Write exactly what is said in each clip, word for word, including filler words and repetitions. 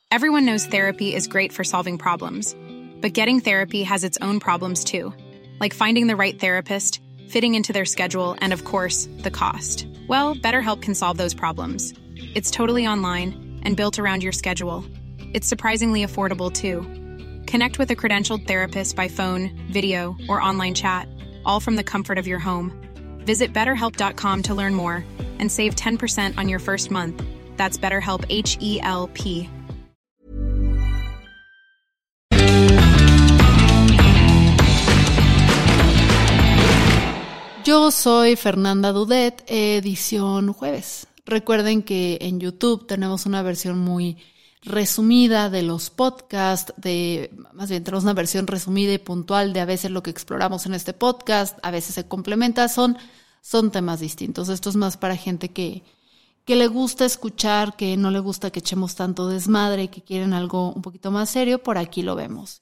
Everyone knows therapy is great for solving problems, but getting therapy has its own problems too, like finding the right therapist, fitting into their schedule, and of course, the cost. Well, BetterHelp can solve those problems. It's totally online and built around your schedule. It's surprisingly affordable too. Connect with a credentialed therapist by phone, video, or online chat, all from the comfort of your home. Visit better help dot com to learn more and save ten percent on your first month. That's BetterHelp, H E L P. Yo soy Fernanda Dudet, edición jueves. Recuerden que en YouTube tenemos una versión muy resumida de los podcasts, de más bien tenemos una versión resumida y puntual de a veces lo que exploramos en este podcast, a veces se complementa, son, son temas distintos. Esto es más para gente que, que le gusta escuchar, que no le gusta que echemos tanto desmadre, que quieren algo un poquito más serio, por aquí lo vemos.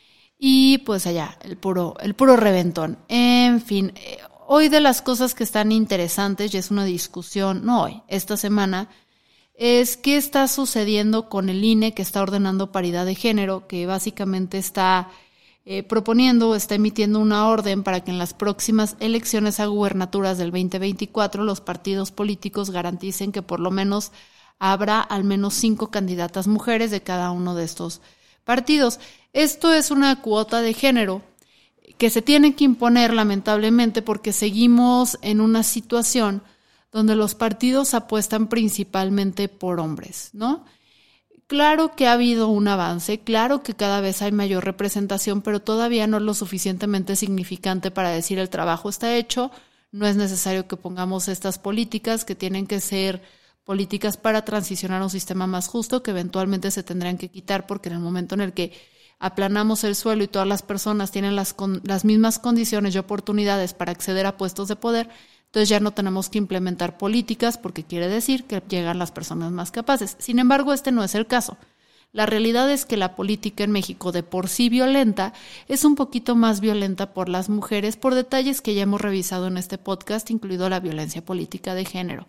Y pues allá, el puro, el puro reventón. En fin, eh, hoy de las cosas que están interesantes, y es una discusión, no hoy, esta semana, es qué está sucediendo con el I N E que está ordenando paridad de género, que básicamente está eh, proponiendo, está emitiendo una orden para que en las próximas elecciones a gubernaturas del veinte veinticuatro los partidos políticos garanticen que por lo menos habrá al menos cinco candidatas mujeres de cada uno de estos partidos. Esto es una cuota de género que se tiene que imponer lamentablemente porque seguimos en una situación donde los partidos apuestan principalmente por hombres, ¿no? Claro que ha habido un avance, claro que cada vez hay mayor representación, pero todavía no es lo suficientemente significante para decir el trabajo está hecho, no es necesario que pongamos estas políticas que tienen que ser políticas para transicionar a un sistema más justo que eventualmente se tendrán que quitar porque en el momento en el que aplanamos el suelo y todas las personas tienen las, con, las mismas condiciones y oportunidades para acceder a puestos de poder, entonces ya no tenemos que implementar políticas porque quiere decir que llegan las personas más capaces. Sin embargo, este no es el caso. La realidad es que la política en México, de por sí violenta, es un poquito más violenta por las mujeres por detalles que ya hemos revisado en este podcast, incluido la violencia política de género.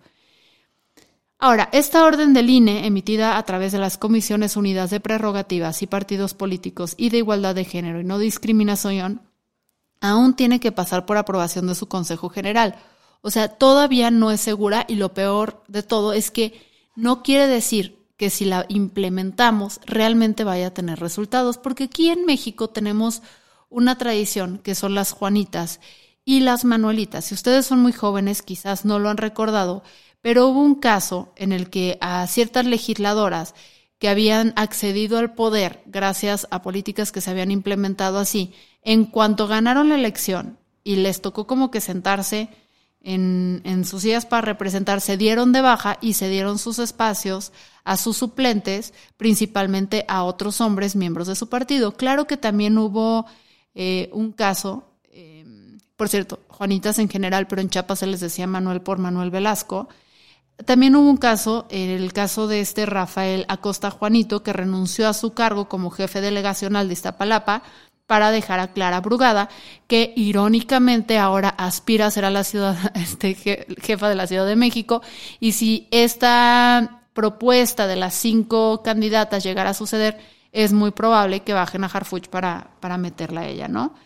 Ahora, esta orden del I N E, emitida a través de las Comisiones Unidas de Prerrogativas y Partidos Políticos y de Igualdad de Género y No Discriminación, aún tiene que pasar por aprobación de su Consejo General. O sea, todavía no es segura y lo peor de todo es que no quiere decir que si la implementamos realmente vaya a tener resultados, porque aquí en México tenemos una tradición que son las Juanitas y las Manuelitas. Si ustedes son muy jóvenes, quizás no lo han recordado, pero hubo un caso en el que a ciertas legisladoras que habían accedido al poder gracias a políticas que se habían implementado así, en cuanto ganaron la elección y les tocó como que sentarse en, en sus sillas para representar, se dieron de baja y se dieron sus espacios a sus suplentes, principalmente a otros hombres miembros de su partido. Claro que también hubo eh, un caso, eh, por cierto, Juanitas en general, pero en Chiapas se les decía Manuel por Manuel Velasco. También hubo un caso, el caso de este Rafael Acosta Juanito, que renunció a su cargo como jefe delegacional de Iztapalapa para dejar a Clara Brugada, que irónicamente ahora aspira a ser a la ciudad, este, jefa de la Ciudad de México. Y si esta propuesta de las cinco candidatas llegara a suceder, es muy probable que bajen a Harfuch para, para meterla a ella, ¿no?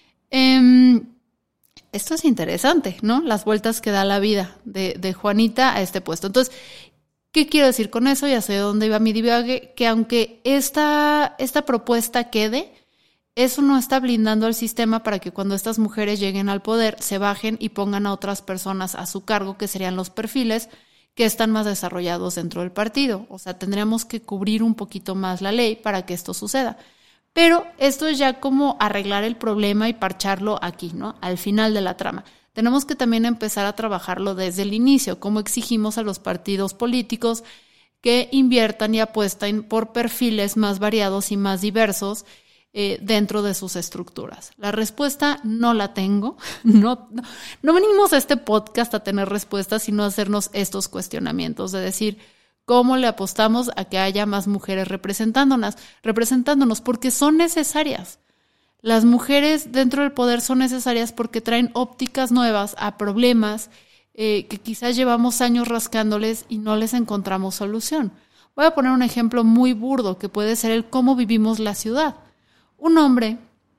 Eh, Esto es interesante, ¿no? Las vueltas que da la vida de, de Juanita a este puesto. Entonces, ¿qué quiero decir con eso? Ya sé dónde iba mi divague, que aunque esta, esta propuesta quede, eso no está blindando al sistema para que cuando estas mujeres lleguen al poder se bajen y pongan a otras personas a su cargo, que serían los perfiles que están más desarrollados dentro del partido. O sea, tendríamos que cubrir un poquito más la ley para que esto suceda. Pero esto es ya como arreglar el problema y parcharlo aquí, ¿no? Al final de la trama. Tenemos que también empezar a trabajarlo desde el inicio, como exigimos a los partidos políticos que inviertan y apuesten por perfiles más variados y más diversos eh, dentro de sus estructuras. La respuesta no la tengo. No, no, no venimos a este podcast a tener respuestas, sino a hacernos estos cuestionamientos de decir, ¿cómo le apostamos a que haya más mujeres representándonos? Representándonos, porque son necesarias. Las mujeres dentro del poder son necesarias porque traen ópticas nuevas a problemas eh, que quizás llevamos años rascándoles y no les encontramos solución. Voy a poner un ejemplo muy burdo que puede ser el cómo vivimos la ciudad. Un hombre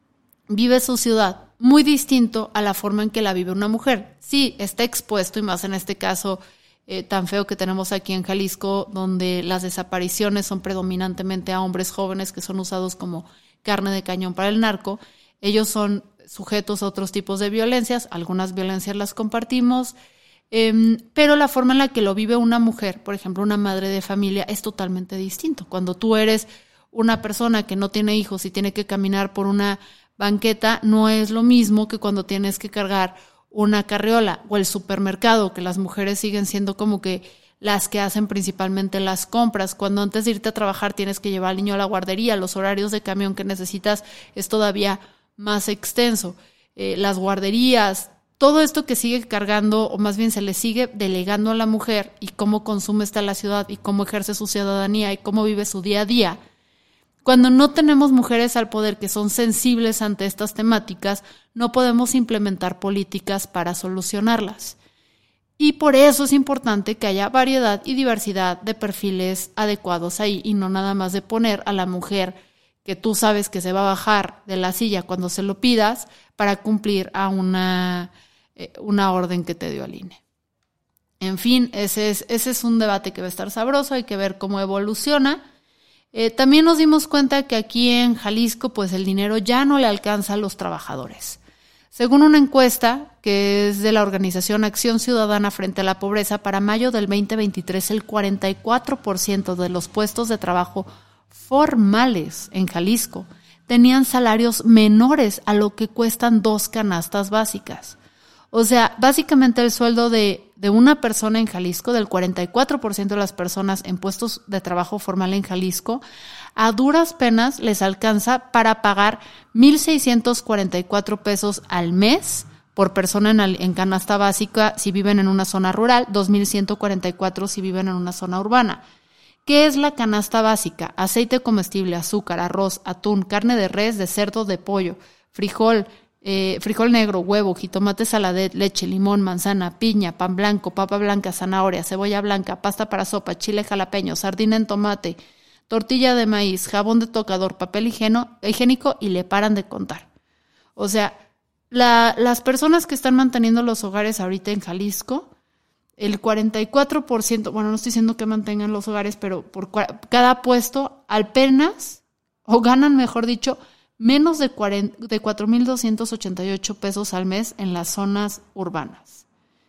vive su ciudad muy distinto a la forma en que la vive una mujer. Sí, está expuesto, y más en este caso eh, tan feo que tenemos aquí en Jalisco, donde las desapariciones son predominantemente a hombres jóvenes que son usados como carne de cañón para el narco. Ellos son sujetos a otros tipos de violencias, algunas violencias las compartimos, eh, pero la forma en la que lo vive una mujer, por ejemplo, una madre de familia, es totalmente distinto. Cuando tú eres una persona que no tiene hijos y tiene que caminar por una banqueta, no es lo mismo que cuando tienes que cargar una carriola o el supermercado, que las mujeres siguen siendo como que las que hacen principalmente las compras. Cuando antes de irte a trabajar tienes que llevar al niño a la guardería, los horarios de camión que necesitas es todavía más extenso. Eh, las guarderías, todo esto que sigue cargando, o más bien se le sigue delegando a la mujer, y cómo consume esta la ciudad y cómo ejerce su ciudadanía y cómo vive su día a día. Cuando no tenemos mujeres al poder que son sensibles ante estas temáticas, no podemos implementar políticas para solucionarlas. Y por eso es importante que haya variedad y diversidad de perfiles adecuados ahí, y no nada más de poner a la mujer que tú sabes que se va a bajar de la silla cuando se lo pidas para cumplir a una, eh, una orden que te dio el I N E. En fin, ese es, ese es un debate que va a estar sabroso, hay que ver cómo evoluciona. Eh, también nos dimos cuenta que aquí en Jalisco, pues el dinero ya no le alcanza a los trabajadores. Según una encuesta que es de la organización Acción Ciudadana frente a la Pobreza, para mayo del veinte veintitrés, el cuarenta y cuatro por ciento de los puestos de trabajo formales en Jalisco tenían salarios menores a lo que cuestan dos canastas básicas. O sea, básicamente el sueldo de, de una persona en Jalisco, del cuarenta y cuatro por ciento de las personas en puestos de trabajo formal en Jalisco, a duras penas les alcanza para pagar mil seiscientos cuarenta y cuatro pesos al mes por persona en, en canasta básica si viven en una zona rural, dos mil ciento cuarenta y cuatro si viven en una zona urbana. ¿Qué es la canasta básica? Aceite comestible, azúcar, arroz, atún, carne de res, de cerdo, de pollo, frijol, Eh, frijol negro, huevo, jitomate saladet, leche, limón, manzana, piña, pan blanco, papa blanca, zanahoria, cebolla blanca, pasta para sopa, chile jalapeño, sardina en tomate, tortilla de maíz, jabón de tocador, papel higieno, higiénico, y le paran de contar. O sea, la, las personas que están manteniendo los hogares ahorita en Jalisco, el cuarenta y cuatro por ciento, bueno, no estoy diciendo que mantengan los hogares, pero por cua- cada puesto apenas, o ganan, mejor dicho, menos de, de cuatro mil doscientos ochenta y ocho pesos al mes en las zonas urbanas.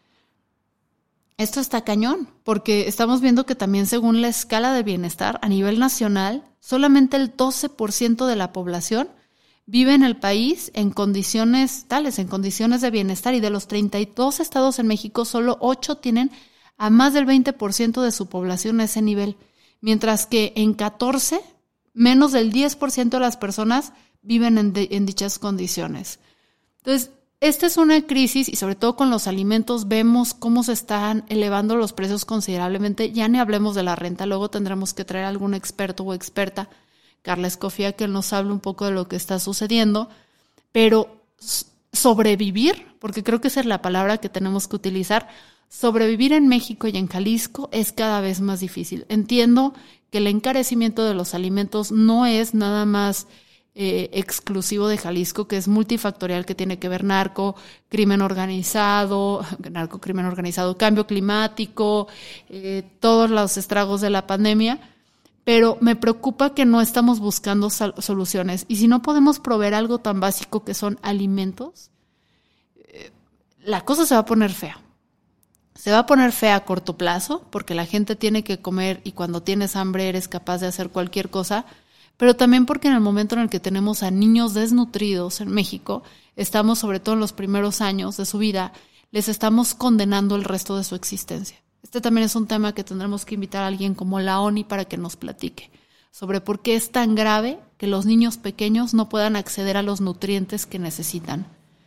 Esto está cañón, porque estamos viendo que también según la escala de bienestar a nivel nacional, solamente el doce por ciento de la población vive en el país en condiciones tales, en condiciones de bienestar, y de los treinta y dos estados en México, solo ocho tienen a más del veinte por ciento de su población a ese nivel, mientras que en catorce, menos del diez por ciento de las personas viven en, de, en dichas condiciones. Entonces, esta es una crisis, y sobre todo con los alimentos vemos cómo se están elevando los precios considerablemente. Ya ni hablemos de la renta, luego tendremos que traer a algún experto o experta, Carla Escofía, que nos hable un poco de lo que está sucediendo, pero sobrevivir, porque creo que esa es la palabra que tenemos que utilizar, sobrevivir en México y en Jalisco es cada vez más difícil. Entiendo que el encarecimiento de los alimentos no es nada más Eh, exclusivo de Jalisco, que es multifactorial, que tiene que ver narco, crimen organizado, narco, crimen organizado, cambio climático, eh, todos los estragos de la pandemia, pero me preocupa que no estamos buscando sal- soluciones. Y si no podemos proveer algo tan básico que son alimentos, eh, la cosa se va a poner fea. Se va a poner fea a corto plazo, porque la gente tiene que comer, y cuando tienes hambre eres capaz de hacer cualquier cosa, pero también porque en el momento en el que tenemos a niños desnutridos en México, estamos, sobre todo en los primeros años de su vida, les estamos condenando el resto de su existencia. Este también es un tema que tendremos que invitar a alguien como la O N I para que nos platique sobre por qué es tan grave que los niños pequeños no puedan acceder a los nutrientes que necesitan.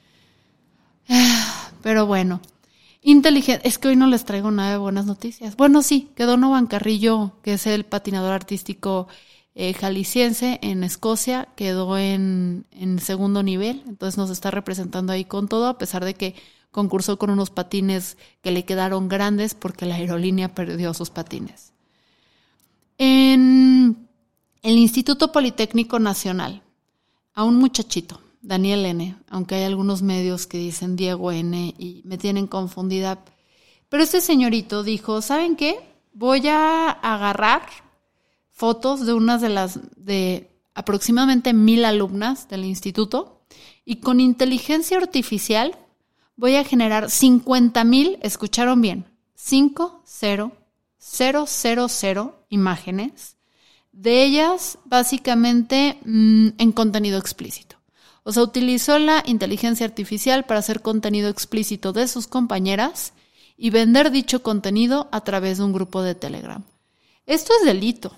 Pero bueno, inteligente, es que hoy no les traigo nada de buenas noticias. Bueno, sí, que Donovan Carrillo, que es el patinador artístico Eh, jalisciense en Escocia, quedó en, en segundo nivel, entonces nos está representando ahí con todo, a pesar de que concursó con unos patines que le quedaron grandes porque la aerolínea perdió sus patines. En el Instituto Politécnico Nacional, a un muchachito, Daniel N., aunque hay algunos medios que dicen Diego N. y me tienen confundida, pero este señorito dijo, ¿saben qué? Voy a agarrar fotos de unas de las de aproximadamente mil alumnas del instituto y con inteligencia artificial voy a generar cincuenta mil, escucharon bien, cinco cero cero cero cero imágenes de ellas básicamente mmm, en contenido explícito. O sea, utilizó la inteligencia artificial para hacer contenido explícito de sus compañeras y vender dicho contenido a través de un grupo de Telegram. Esto es delito.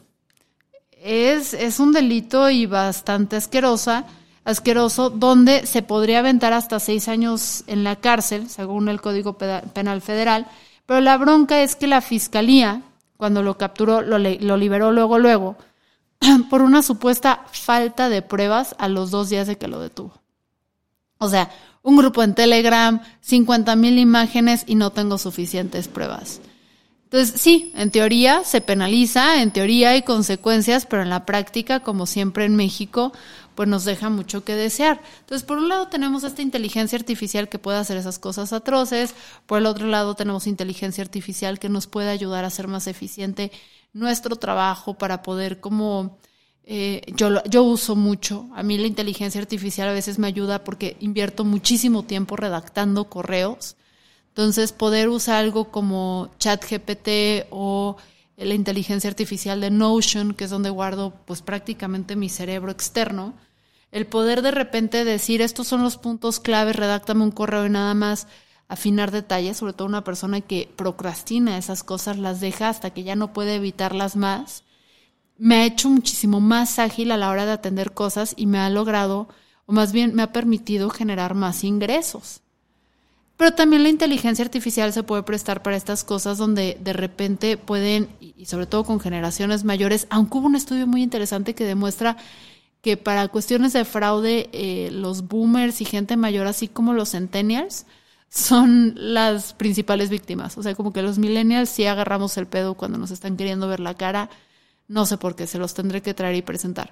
Es, es un delito y bastante asquerosa, asqueroso, donde se podría aventar hasta seis años en la cárcel, según el Código Penal Federal, pero la bronca es que la Fiscalía, cuando lo capturó, lo, lo liberó luego, luego, por una supuesta falta de pruebas a los dos días de que lo detuvo. O sea, un grupo en Telegram, cincuenta mil imágenes y no tengo suficientes pruebas. Entonces, sí, en teoría se penaliza, en teoría hay consecuencias, pero en la práctica, como siempre en México, pues nos deja mucho que desear. Entonces, por un lado tenemos esta inteligencia artificial que puede hacer esas cosas atroces, por el otro lado tenemos inteligencia artificial que nos puede ayudar a hacer más eficiente nuestro trabajo para poder como... Eh, yo, yo uso mucho, a mí la inteligencia artificial a veces me ayuda porque invierto muchísimo tiempo redactando correos. Entonces, poder usar algo como ChatGPT o la inteligencia artificial de Notion, que es donde guardo pues prácticamente mi cerebro externo, el poder de repente decir, estos son los puntos claves, redáctame un correo y nada más afinar detalles, sobre todo una persona que procrastina esas cosas, las deja hasta que ya no puede evitarlas más, me ha hecho muchísimo más ágil a la hora de atender cosas y me ha logrado, o más bien me ha permitido generar más ingresos. Pero también la inteligencia artificial se puede prestar para estas cosas donde de repente pueden, y sobre todo con generaciones mayores, aunque hubo un estudio muy interesante que demuestra que para cuestiones de fraude, eh, los boomers y gente mayor, así como los centennials, son las principales víctimas. O sea, como que los millennials sí agarramos el pedo cuando nos están queriendo ver la cara, no sé por qué, se los tendré que traer y presentar.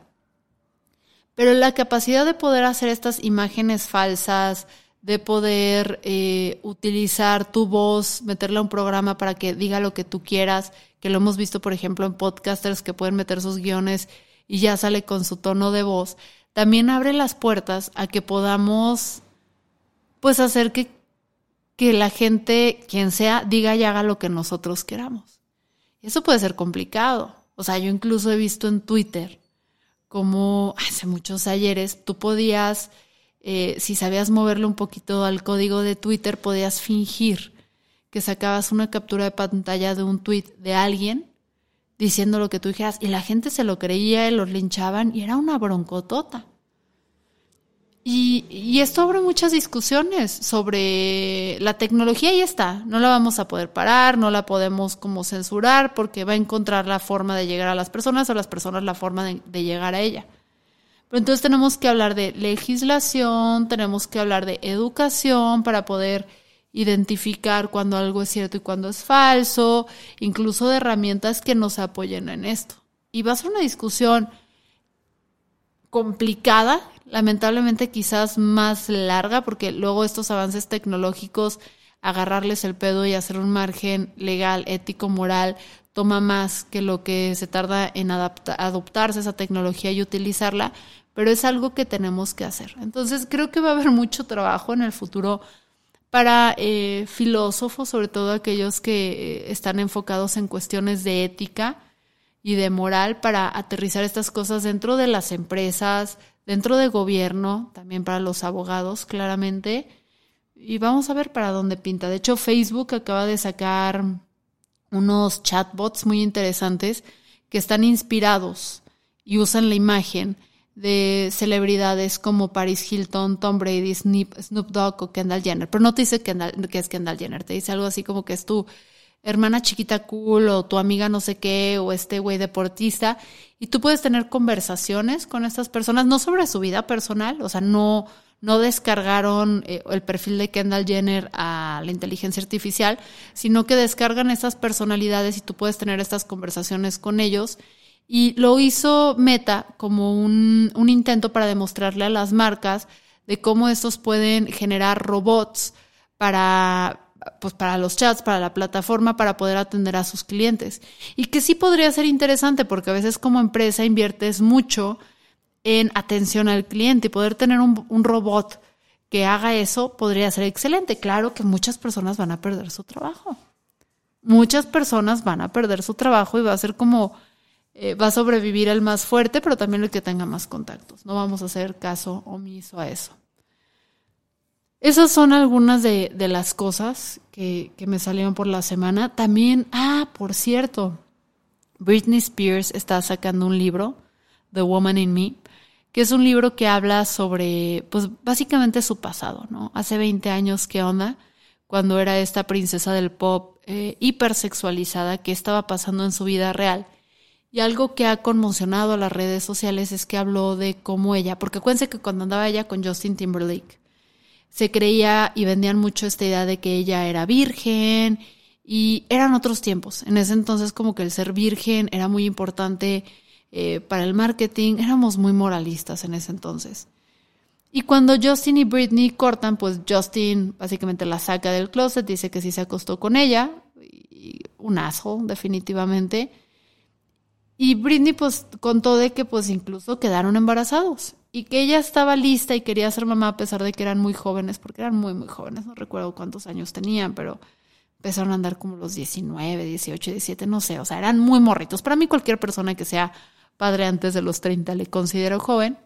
Pero la capacidad de poder hacer estas imágenes falsas, de poder eh, utilizar tu voz, meterle a un programa para que diga lo que tú quieras, que lo hemos visto, por ejemplo, en podcasters que pueden meter sus guiones y ya sale con su tono de voz, también abre las puertas a que podamos pues hacer que, que la gente, quien sea, diga y haga lo que nosotros queramos. Y eso puede ser complicado. O sea, yo incluso he visto en Twitter como hace muchos ayeres tú podías... Eh, si sabías moverle un poquito al código de Twitter, podías fingir que sacabas una captura de pantalla de un tweet de alguien diciendo lo que tú dijeras y la gente se lo creía y los linchaban y era una broncotota. Y, y esto abre muchas discusiones sobre la tecnología y está. No la vamos a poder parar, no la podemos como censurar porque va a encontrar la forma de llegar a las personas o las personas la forma de, de llegar a ella. Pero entonces tenemos que hablar de legislación, tenemos que hablar de educación para poder identificar cuando algo es cierto y cuando es falso, incluso de herramientas que nos apoyen en esto. Y va a ser una discusión complicada, lamentablemente quizás más larga, porque luego estos avances tecnológicos, agarrarles el pedo y hacer un margen legal, ético, moral, toma más que lo que se tarda en adapta, adoptarse esa tecnología y utilizarla, pero es algo que tenemos que hacer. Entonces creo que va a haber mucho trabajo en el futuro para eh, filósofos, sobre todo aquellos que eh, están enfocados en cuestiones de ética y de moral, para aterrizar estas cosas dentro de las empresas, dentro del gobierno, también para los abogados, claramente. Y vamos a ver para dónde pinta. De hecho, Facebook acaba de sacar unos chatbots muy interesantes que están inspirados y usan la imagen de celebridades como Paris Hilton, Tom Brady, Snoop, Snoop Dogg o Kendall Jenner. Pero no te dice Kendall, que es Kendall Jenner, te dice algo así como que es tu hermana chiquita cool o tu amiga no sé qué o este güey deportista. Y tú puedes tener conversaciones con estas personas, no sobre su vida personal, o sea, no, no descargaron eh, el perfil de Kendall Jenner a la inteligencia artificial, sino que descargan estas personalidades y tú puedes tener estas conversaciones con ellos. Y lo hizo Meta como un, un intento para demostrarle a las marcas de cómo estos pueden generar robots para, pues para los chats, para la plataforma, para poder atender a sus clientes. Y que sí podría ser interesante porque a veces como empresa inviertes mucho en atención al cliente y poder tener un, un robot que haga eso podría ser excelente. Claro que muchas personas van a perder su trabajo. Muchas personas van a perder su trabajo y va a ser como, eh, va a sobrevivir el más fuerte, pero también el que tenga más contactos. No vamos a hacer caso omiso a eso. Esas son algunas de, de las cosas que, que me salieron por la semana. También, ah, por cierto, Britney Spears está sacando un libro, The Woman in Me, que es un libro que habla sobre, pues básicamente su pasado, ¿no? Hace veinte años, ¿qué onda? Cuando era esta princesa del pop eh, hipersexualizada, ¿qué estaba pasando en su vida real? Y algo que ha conmocionado a las redes sociales es que habló de cómo ella, porque acuérdense que cuando andaba ella con Justin Timberlake, se creía y vendían mucho esta idea de que ella era virgen y eran otros tiempos. En ese entonces como que el ser virgen era muy importante eh, para el marketing, éramos muy moralistas en ese entonces. Y cuando Justin y Britney cortan, pues Justin básicamente la saca del closet, dice que sí se acostó con ella, y un asshole definitivamente. Y Britney pues contó de que pues incluso quedaron embarazados y que ella estaba lista y quería ser mamá a pesar de que eran muy jóvenes, porque eran muy muy jóvenes, no recuerdo cuántos años tenían, pero empezaron a andar como los diecinueve, dieciocho, diecisiete, no sé, o sea, eran muy morritos. Para mí cualquier persona que sea padre antes de los treinta le considero joven.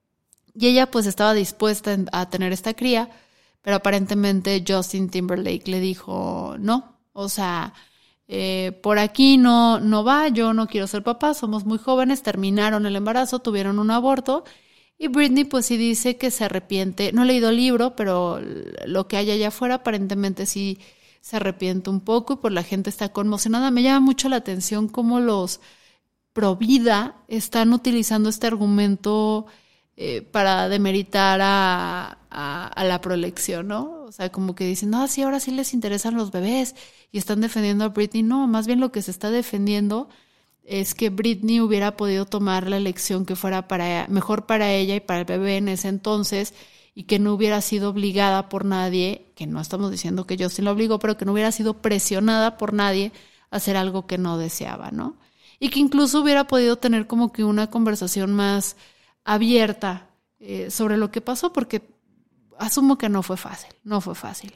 Y ella pues estaba dispuesta a tener esta cría, pero aparentemente Justin Timberlake le dijo no, o sea, eh, por aquí no, no va, yo no quiero ser papá, somos muy jóvenes, terminaron el embarazo, tuvieron un aborto. Y Britney pues sí dice que se arrepiente, no he leído el libro, pero lo que hay allá afuera aparentemente sí se arrepiente un poco y pues la gente está conmocionada. Me llama mucho la atención cómo los pro vida están utilizando este argumento eh, para demeritar a, a, a la proelección, ¿no? O sea, como que dicen, no, sí, ahora sí les interesan los bebés y están defendiendo a Britney. No, más bien lo que se está defendiendo es que Britney hubiera podido tomar la elección que fuera para mejor para ella y para el bebé en ese entonces y que no hubiera sido obligada por nadie, que no estamos diciendo que Justin la obligó, pero que no hubiera sido presionada por nadie a hacer algo que no deseaba, ¿no? Y que incluso hubiera podido tener como que una conversación más abierta eh, sobre lo que pasó, porque asumo que no fue fácil, no fue fácil.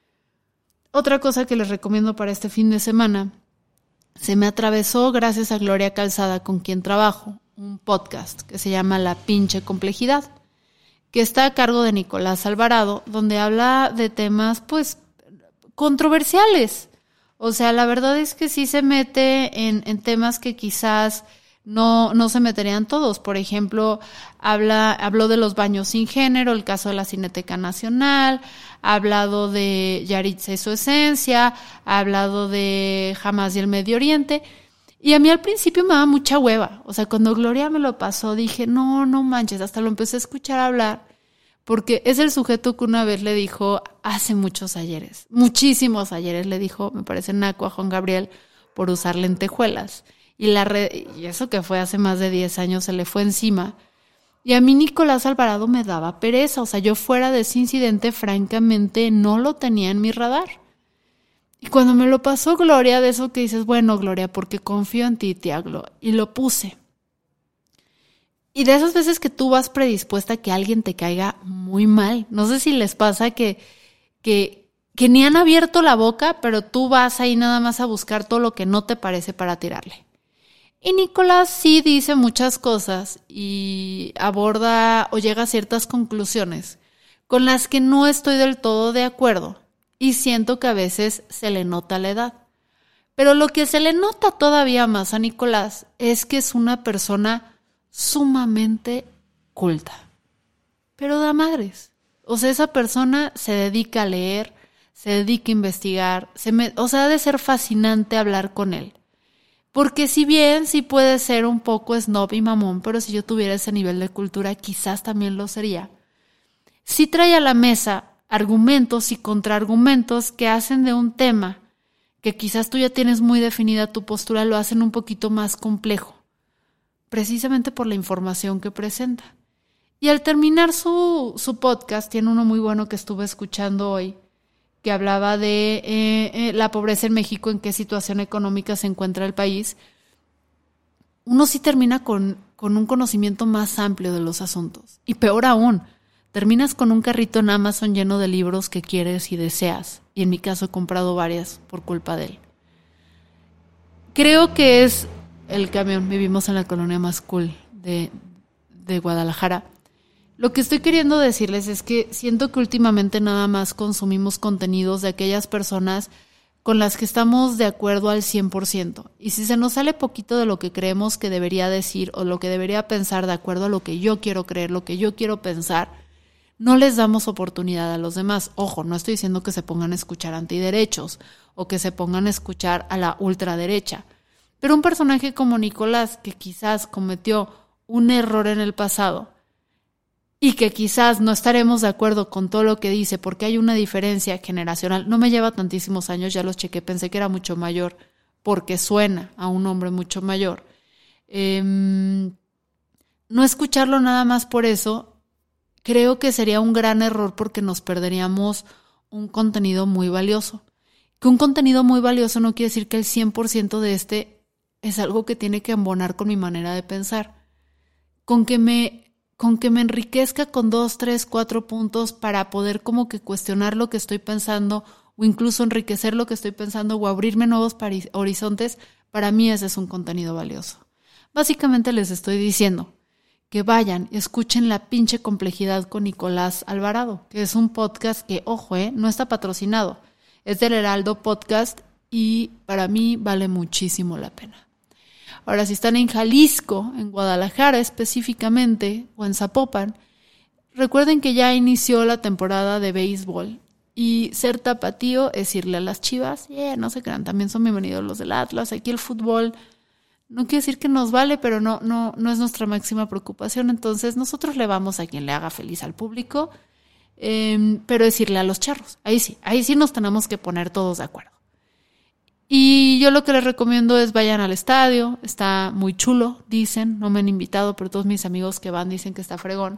Otra cosa que les recomiendo para este fin de semana, se me atravesó gracias a Gloria Calzada, con quien trabajo, un podcast que se llama La Pinche Complejidad, que está a cargo de Nicolás Alvarado, donde habla de temas, pues, controversiales. O sea, la verdad es que sí se mete en, en temas que quizás no, no se meterían todos. Por ejemplo, habla, habló de los baños sin género, el caso de la Cineteca Nacional, ha hablado de Yaritza y su esencia, ha hablado de Hamas y el Medio Oriente. Y a mí al principio me daba mucha hueva. O sea, cuando Gloria me lo pasó, dije, no, no manches, hasta lo empecé a escuchar hablar. Porque es el sujeto que una vez le dijo, hace muchos ayeres, muchísimos ayeres, le dijo, me parece naco a Juan Gabriel por usar lentejuelas. Y, la re- y eso que fue hace más de diez años se le fue encima. Y a mí Nicolás Alvarado me daba pereza. O sea, yo fuera de ese incidente, francamente, no lo tenía en mi radar. Y cuando me lo pasó Gloria, de eso que dices, bueno, Gloria, porque confío en ti, tía Glo, y lo puse. Y de esas veces que tú vas predispuesta a que alguien te caiga muy mal. No sé si les pasa que, que, que ni han abierto la boca, pero tú vas ahí nada más a buscar todo lo que no te parece para tirarle. Y Nicolás sí dice muchas cosas y aborda o llega a ciertas conclusiones con las que no estoy del todo de acuerdo. Y siento que a veces se le nota la edad. Pero lo que se le nota todavía más a Nicolás es que es una persona sumamente culta. Pero da madres. O sea, esa persona se dedica a leer, se dedica a investigar. Se me, o sea, ha de ser fascinante hablar con él. Porque si bien sí puede ser un poco snob y mamón, pero si yo tuviera ese nivel de cultura, quizás también lo sería. sí trae a la mesa argumentos y contraargumentos que hacen de un tema que quizás tú ya tienes muy definida tu postura, lo hacen un poquito más complejo, precisamente por la información que presenta. Y al terminar su, su podcast, tiene uno muy bueno que estuve escuchando hoy, que hablaba de eh, eh, la pobreza en México, en qué situación económica se encuentra el país. Uno sí termina con, con un conocimiento más amplio de los asuntos. Y peor aún, terminas con un carrito en Amazon lleno de libros que quieres y deseas. Y en mi caso he comprado varias por culpa de él. Creo que es el camión. Vivimos en la colonia más cool de, de Guadalajara. Lo que estoy queriendo decirles es que siento que últimamente nada más consumimos contenidos de aquellas personas con las que estamos de acuerdo al cien por ciento. Y si se nos sale poquito de lo que creemos que debería decir o lo que debería pensar de acuerdo a lo que yo quiero creer, lo que yo quiero pensar, no les damos oportunidad a los demás. Ojo, no estoy diciendo que se pongan a escuchar antiderechos o que se pongan a escuchar a la ultraderecha. Pero un personaje como Nicolás, que quizás cometió un error en el pasado y que quizás no estaremos de acuerdo con todo lo que dice porque hay una diferencia generacional. No me lleva tantísimos años, ya los chequé, pensé que era mucho mayor porque suena a un hombre mucho mayor. Eh, no escucharlo nada más por eso, creo que sería un gran error porque nos perderíamos un contenido muy valioso. Que un contenido muy valioso no quiere decir que el cien por ciento de este es algo que tiene que embonar con mi manera de pensar. Con que me... con que me enriquezca con dos, tres, cuatro puntos para poder como que cuestionar lo que estoy pensando o incluso enriquecer lo que estoy pensando o abrirme nuevos pari- horizontes, para mí ese es un contenido valioso. Básicamente les estoy diciendo que vayan, escuchen La pinche complejidad con Nicolás Alvarado, que es un podcast que, ojo, eh, no está patrocinado, es del Heraldo Podcast y para mí vale muchísimo la pena. Ahora, si están en Jalisco, en Guadalajara específicamente, o en Zapopan, recuerden que ya inició la temporada de béisbol. Y ser tapatío es irle a las Chivas. Yeah, no se crean, también son bienvenidos los del Atlas. Aquí el fútbol no quiere decir que nos vale, pero no, no, no es nuestra máxima preocupación. Entonces, nosotros le vamos a quien le haga feliz al público, eh, pero es irle a los charros. Ahí sí, ahí sí nos tenemos que poner todos de acuerdo. Y yo lo que les recomiendo es vayan al estadio, está muy chulo, dicen, no me han invitado, pero todos mis amigos que van dicen que está fregón.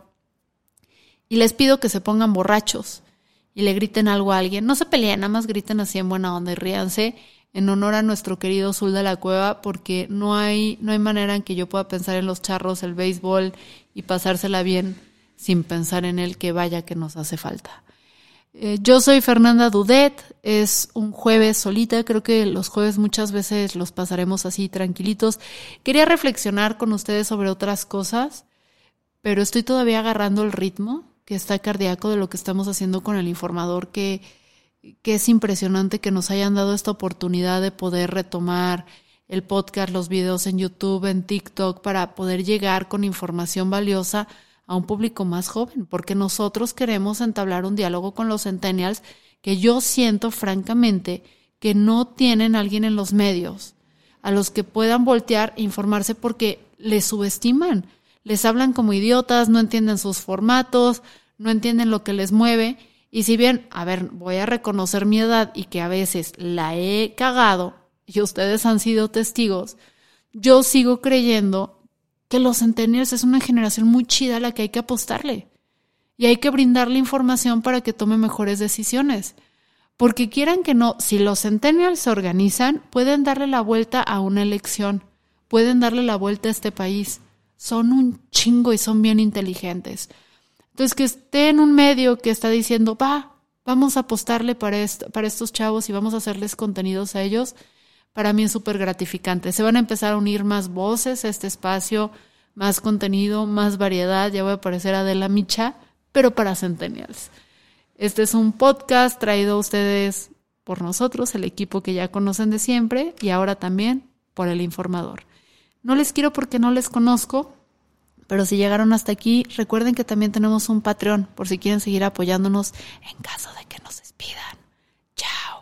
Y les pido que se pongan borrachos y le griten algo a alguien. No se peleen, nada más griten así en buena onda y ríanse en honor a nuestro querido Zul de la Cueva, porque no hay, no hay manera en que yo pueda pensar en los charros, el béisbol y pasársela bien sin pensar en él, que vaya que nos hace falta. Eh, yo soy Fernanda Dudet, es un jueves solita, creo que los jueves muchas veces los pasaremos así tranquilitos. Quería reflexionar con ustedes sobre otras cosas, pero estoy todavía agarrando el ritmo que está cardíaco de lo que estamos haciendo con El Informador, que, que es impresionante que nos hayan dado esta oportunidad de poder retomar el podcast, los videos en YouTube, en TikTok, para poder llegar con información valiosa a un público más joven, porque nosotros queremos entablar un diálogo con los centennials que yo siento francamente que no tienen a alguien en los medios a los que puedan voltear e informarse porque les subestiman, les hablan como idiotas, no entienden sus formatos, no entienden lo que les mueve. Y si bien, a ver, voy a reconocer mi edad y que a veces la he cagado y ustedes han sido testigos, yo sigo creyendo que los centennials es una generación muy chida a la que hay que apostarle y hay que brindarle información para que tome mejores decisiones. Porque quieran que no, si los centennials se organizan, pueden darle la vuelta a una elección, pueden darle la vuelta a este país. Son un chingo y son bien inteligentes. Entonces, que esté en un medio que está diciendo, va, vamos a apostarle para, esto, para estos chavos y vamos a hacerles contenidos a ellos, para mí es súper gratificante. Se van a empezar a unir más voces a este espacio, más contenido, más variedad. Ya voy a parecer Adela Micha, pero para centennials. Este es un podcast traído a ustedes por nosotros, el equipo que ya conocen de siempre, y ahora también por El Informador. No les quiero porque no les conozco, pero si llegaron hasta aquí, recuerden que también tenemos un Patreon, por si quieren seguir apoyándonos en caso de que nos despidan. Chao.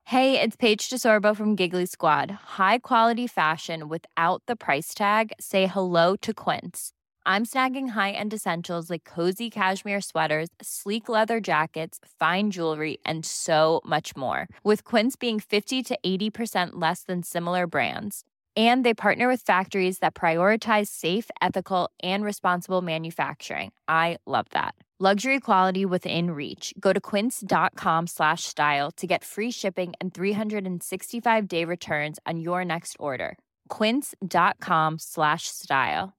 Hey, it's Paige DeSorbo from Giggly Squad. High quality fashion without the price tag. Say hello to Quince. I'm snagging high-end essentials like cozy cashmere sweaters, sleek leather jackets, fine jewelry, and so much more. With Quince being fifty to eighty percent less than similar brands. And they partner with factories that prioritize safe, ethical, and responsible manufacturing. I love that. Luxury quality within reach. Go to quince.com slash style to get free shipping and three sixty-five day returns on your next order. Quince.com slash style.